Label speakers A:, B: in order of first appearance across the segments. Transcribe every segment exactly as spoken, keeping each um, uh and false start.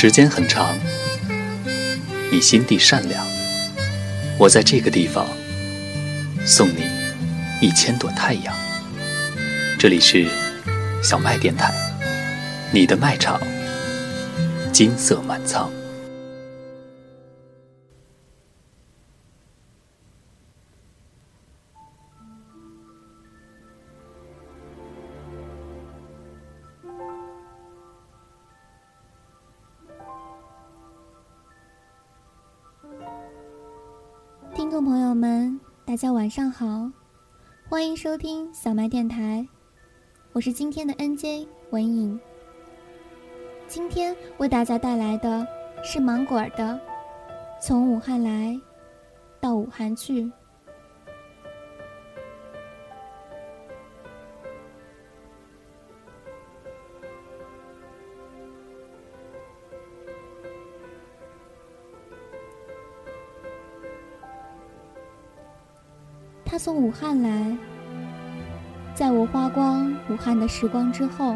A: 时间很长，你心地善良，我在这个地方送你一千朵太阳。这里是小麦电台，你的麦场，金色满仓。
B: 听众朋友们，大家晚上好，欢迎收听小麦电台，我是今天的 N J 文颖。今天为大家带来的是芒果的《从武汉来到武汉去》。他从武汉来，在我花光武汉的时光之后，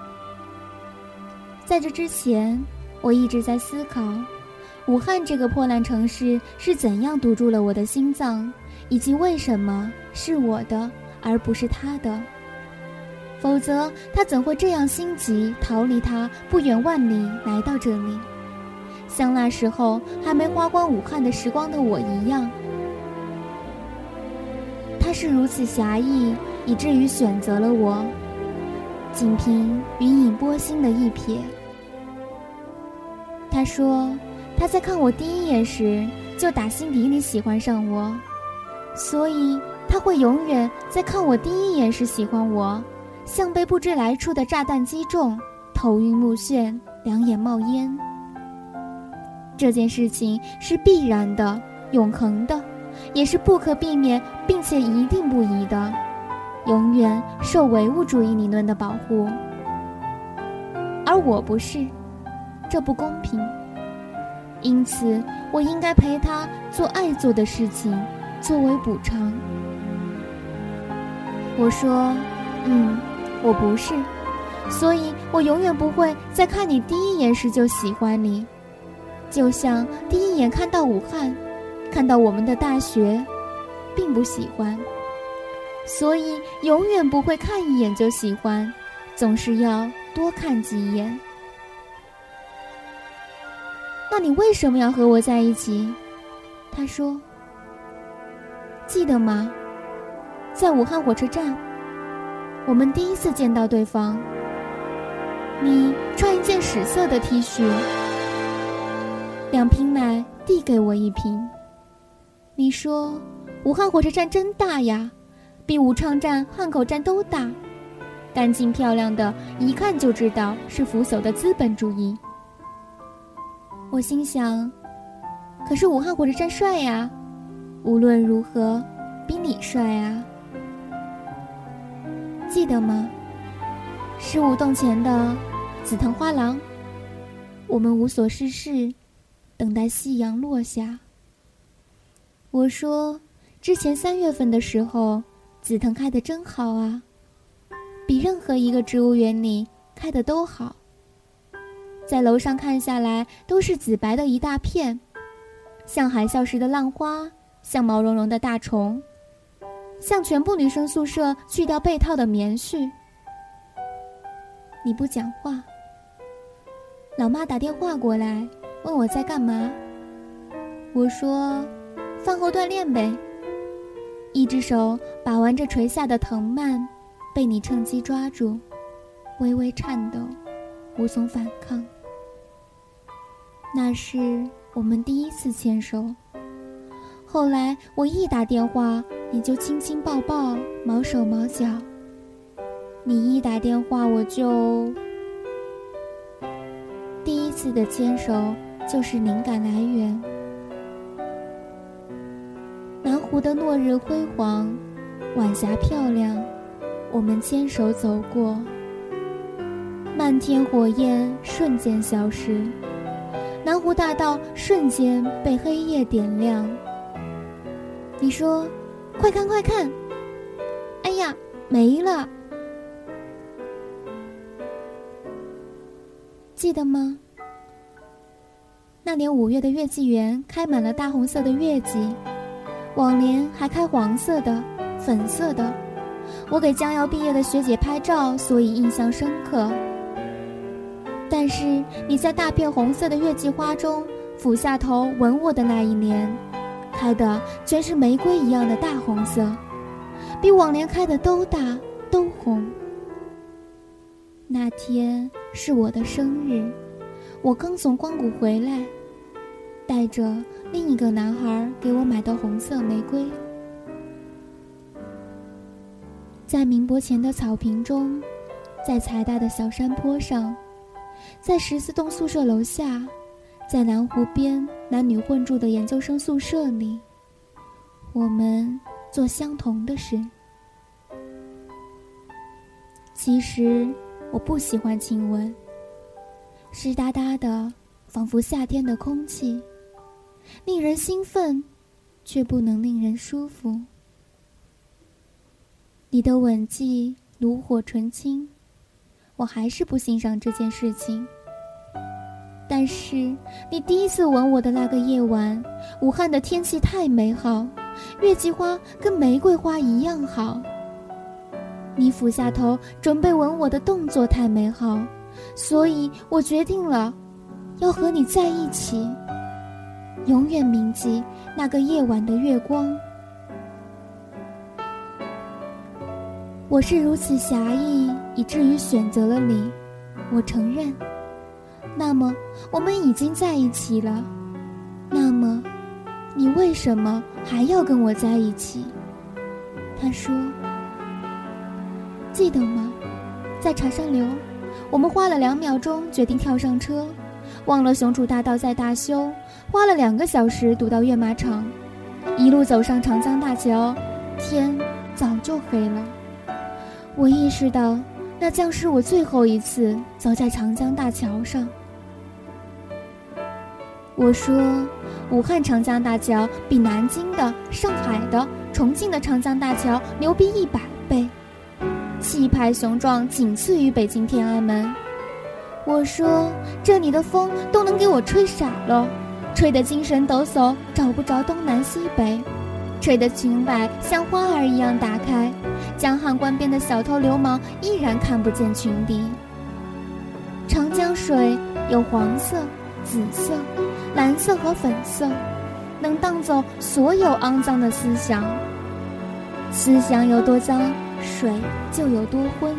B: 在这之前，我一直在思考，武汉这个破烂城市是怎样堵住了我的心脏，以及为什么是我的而不是他的。否则，他怎会这样心急逃离他不远万里来到这里，像那时候还没花光武汉的时光的我一样。他是如此侠义，以至于选择了我，仅凭云影波心的一瞥。他说他在看我第一眼时就打心底里喜欢上我，所以他会永远在看我第一眼时喜欢我，像被不知来处的炸弹击中，头晕目眩，两眼冒烟。这件事情是必然的，永恒的，也是不可避免并且一定不移的，永远受唯物主义理论的保护。而我不是，这不公平，因此我应该陪他做爱做的事情，作为补偿。我说嗯，我不是，所以我永远不会在看你第一眼时就喜欢你，就像第一眼看到武汉，看到我们的大学，并不喜欢，所以永远不会看一眼就喜欢，总是要多看几眼。那你为什么要和我在一起？他说，记得吗？在武汉火车站，我们第一次见到对方，你穿一件屎色的 T 恤，两瓶奶递给我一瓶。你说武汉火车站真大呀，比武昌站、汉口站都大，干净漂亮的，一看就知道是腐朽的资本主义。我心想，可是武汉火车站帅呀，无论如何比你帅啊。记得吗？十五栋前的紫藤花廊，我们无所事事，等待夕阳落下。我说，之前三月份的时候，紫藤开得真好啊，比任何一个植物园里开得都好。在楼上看下来，都是紫白的一大片，像海啸时的浪花，像毛茸茸的大虫，像全部女生宿舍去掉被套的棉絮。你不讲话，老妈打电话过来，问我在干嘛。我说，饭后锻炼呗。一只手把玩着垂下的藤蔓，被你趁机抓住，微微颤抖，无从反抗。那是我们第一次牵手，后来我一打电话，你就亲亲抱抱，毛手毛脚。你一打电话，我就……第一次的牵手就是灵感来源。南湖的落日辉煌，晚霞漂亮，我们牵手走过，漫天火焰瞬间消失，南湖大道瞬间被黑夜点亮。你说，快看快看，哎呀，没了。记得吗？ 那年五月的月季园开满了大红色的月季，往年还开黄色的、粉色的。我给将要毕业的学姐拍照，所以印象深刻。但是你在大片红色的月季花中俯下头吻我的那一年，开的全是玫瑰一样的大红色，比往年开的都大都红。那天是我的生日，我刚从光谷回来，带着另一个男孩给我买的红色玫瑰。在民博前的草坪中，在财大的小山坡上，在十四栋宿舍楼下，在南湖边男女混住的研究生宿舍里，我们做相同的事。其实我不喜欢亲吻，湿哒哒的，仿佛夏天的空气，令人兴奋，却不能令人舒服。你的吻技炉火纯青，我还是不欣赏这件事情。但是你第一次吻我的那个夜晚，武汉的天气太美好，月季花跟玫瑰花一样好。你俯下头准备吻我的动作太美好，所以我决定了要和你在一起，永远铭记那个夜晚的月光。我是如此狭义，以至于选择了你，我承认。那么我们已经在一起了，那么你为什么还要跟我在一起？他说，记得吗？在茶山流，我们花了两秒钟决定跳上车，忘了熊出大道在大修，花了两个小时堵到跃马场，一路走上长江大桥，天早就黑了。我意识到那将是我最后一次走在长江大桥上。我说，武汉长江大桥比南京的、上海的、重庆的长江大桥牛逼一百倍，气派雄壮，仅次于北京天安门。我说，这里的风都能给我吹傻了，吹得精神抖擞，找不着东南西北，吹得裙摆像花儿一样打开，江汉关边的小偷流氓依然看不见裙底。长江水有黄色、紫色、蓝色和粉色，能荡走所有肮脏的思想。思想有多脏，水就有多昏。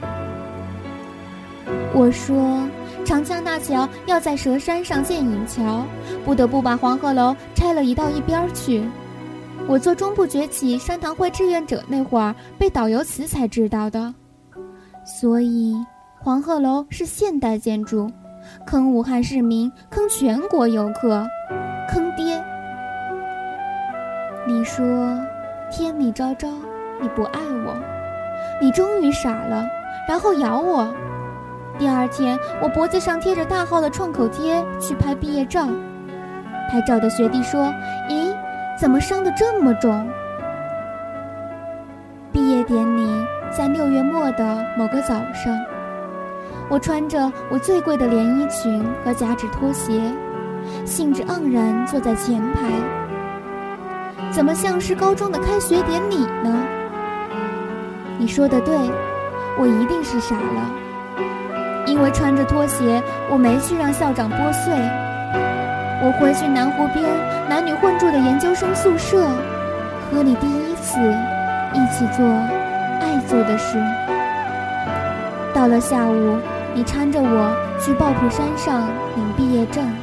B: 我说，长江大桥要在蛇山上建引桥，不得不把黄鹤楼拆了移到一边去。我做中部崛起山塘会志愿者那会儿被导游词才知道的，所以黄鹤楼是现代建筑，坑武汉市民，坑全国游客，坑爹。你说天理昭昭，你不爱我，你终于傻了，然后咬我。第二天我脖子上贴着大号的创口贴去拍毕业照，拍照的学弟说，咦，怎么伤得这么重？毕业典礼在六月末的某个早上，我穿着我最贵的连衣裙和夹趾拖鞋，兴致盎然坐在前排。怎么像是高中的开学典礼呢？你说的对，我一定是傻了，因为穿着拖鞋，我没去让校长拨穗。我回去南湖边男女混住的研究生宿舍，和你第一次一起做爱做的事。到了下午，你搀着我去抱朴山上领毕业证。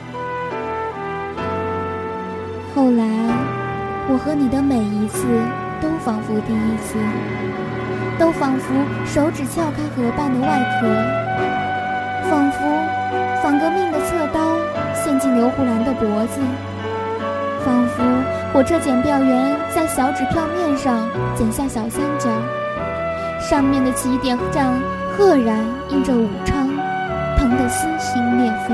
B: 后来我和你的每一次都仿佛第一次，都仿佛手指撬开河蚌的外壳，仿佛反革命的刺刀陷进刘胡兰的脖子，仿佛火车检票员在小纸票面上剪下小三角，上面的起点上赫然印着武昌，疼得撕心裂肺。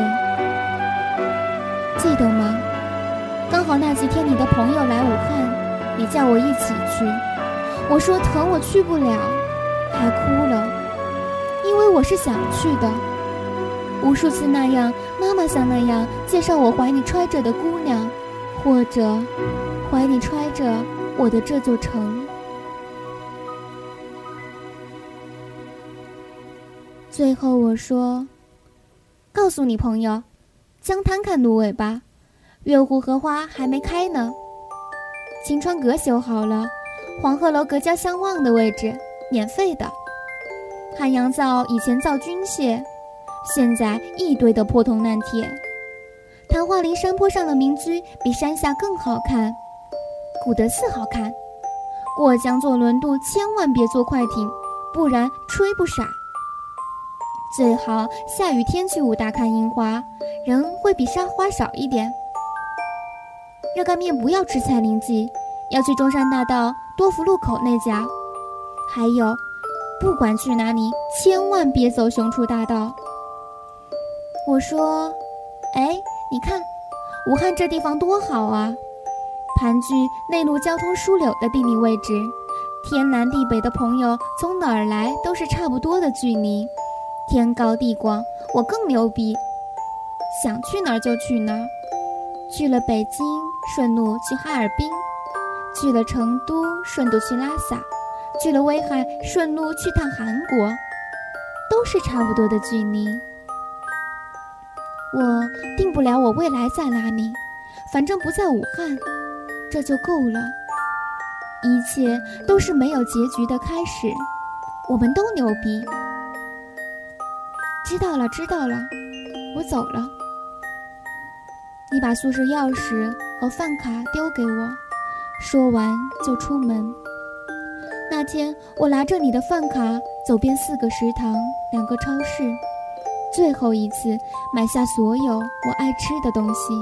B: 记得吗？刚好那几天你的朋友来武汉，你叫我一起去，我说疼我去不了，还哭了，因为我是想去的。 无数次那样，妈妈像那样介绍我怀里揣着的姑娘，或者怀里揣着我的这座城。最后我说，告诉你朋友，江滩看芦苇吧，月湖荷花还没开呢。晴川阁修好了，黄鹤楼隔江相望的位置免费的。汉阳造以前造军械，现在一堆的破铜烂铁。昙花林山坡上的民居比山下更好看，古德寺好看。过江坐轮渡千万别坐快艇，不然吹不傻。最好下雨天去武大看樱花，人会比沙花少一点。热干面不要吃蔡林记，要去中山大道多福路口那家。还有，不管去哪里，千万别走熊出大道。我说，哎，你看，武汉这地方多好啊！盘踞内陆交通枢纽的地理位置，天南地北的朋友从哪儿来都是差不多的距离，天高地广，我更牛逼，想去哪儿就去哪儿。去了北京，顺路去哈尔滨；去了成都，顺路去拉萨；去了威海，顺路去趟韩国，都是差不多的距离。我定不了我未来在哪里，反正不在武汉，这就够了。一切都是没有结局的开始，我们都牛逼。知道了，知道了，我走了。你把宿舍钥匙和饭卡丢给我，说完就出门。那天我拿着你的饭卡走遍四个食堂，两个超市，最后一次买下所有我爱吃的东西。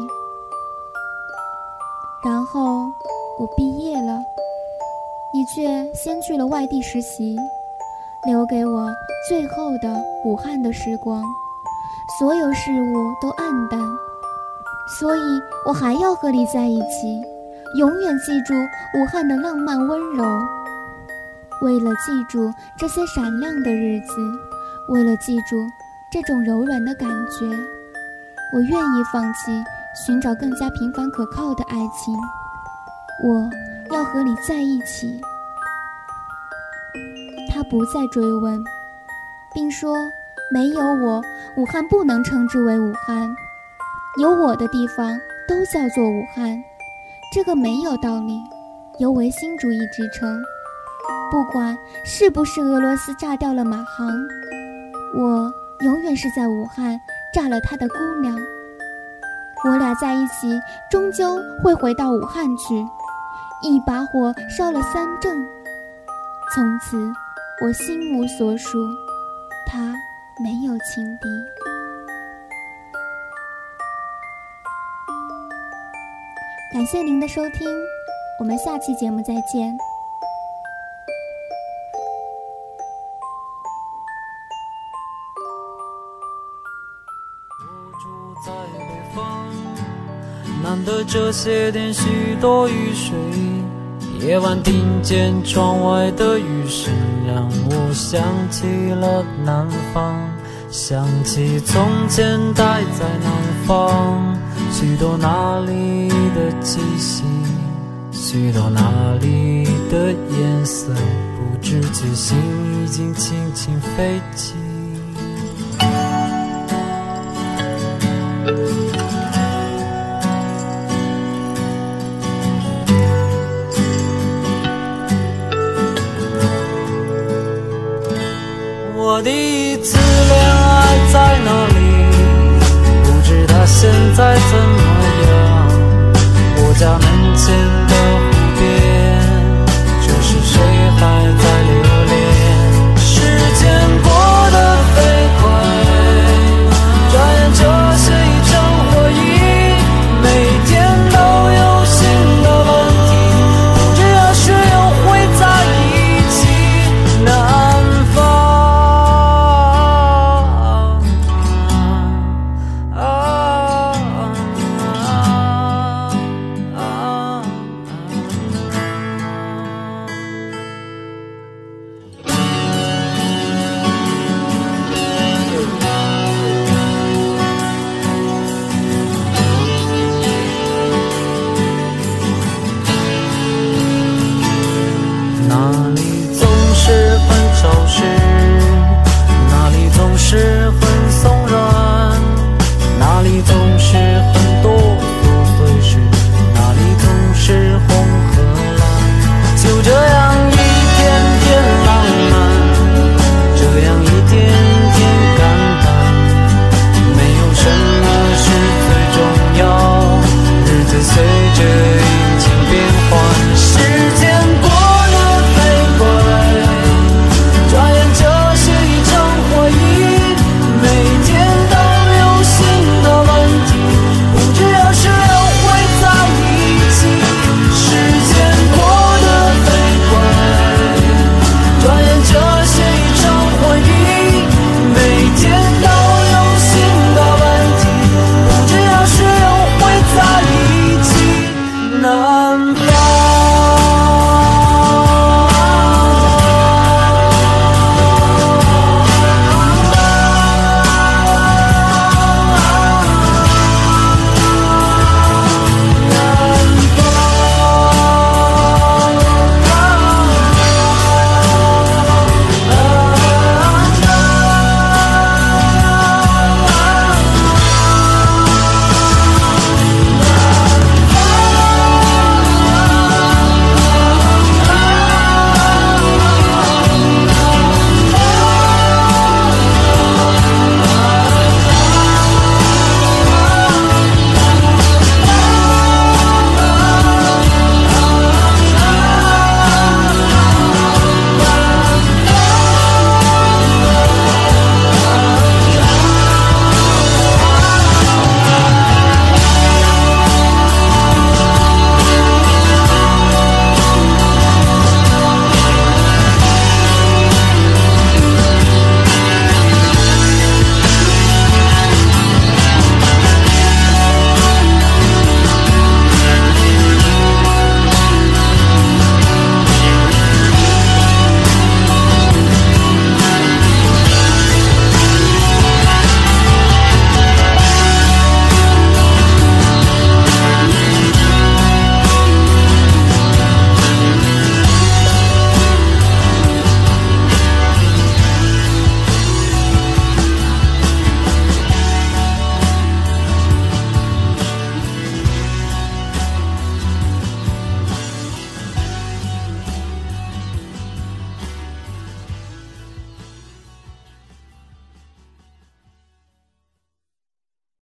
B: 然后我毕业了，你却先去了外地实习，留给我最后的武汉的时光。所有事物都暗淡，所以我还要和你在一起，永远记住武汉的浪漫温柔。为了记住这些闪亮的日子，为了记住这种柔软的感觉，我愿意放弃寻找更加平凡可靠的爱情。我要和你在一起。他不再追问，并说，没有我，武汉不能称之为武汉，有我的地方都叫做武汉。这个没有道理，由唯心主义支撑。不管是不是俄罗斯炸掉了马航，我永远是在武汉炸了他的姑娘。我俩在一起，终究会回到武汉去。一把火烧了三镇，从此我心无所属，他没有情敌。感谢您的收听，我们下期节目再见。
C: 我住在北方，难得这些天许多雨水，夜晚听见窗外的雨声，让我想起了南方，想起从前待在南方，许多那里的气息，许多那里的颜色，不知觉心已经轻轻飞起。我第一次恋爱在哪里？不知道现在怎么样。我家门前的湖边，这是谁还在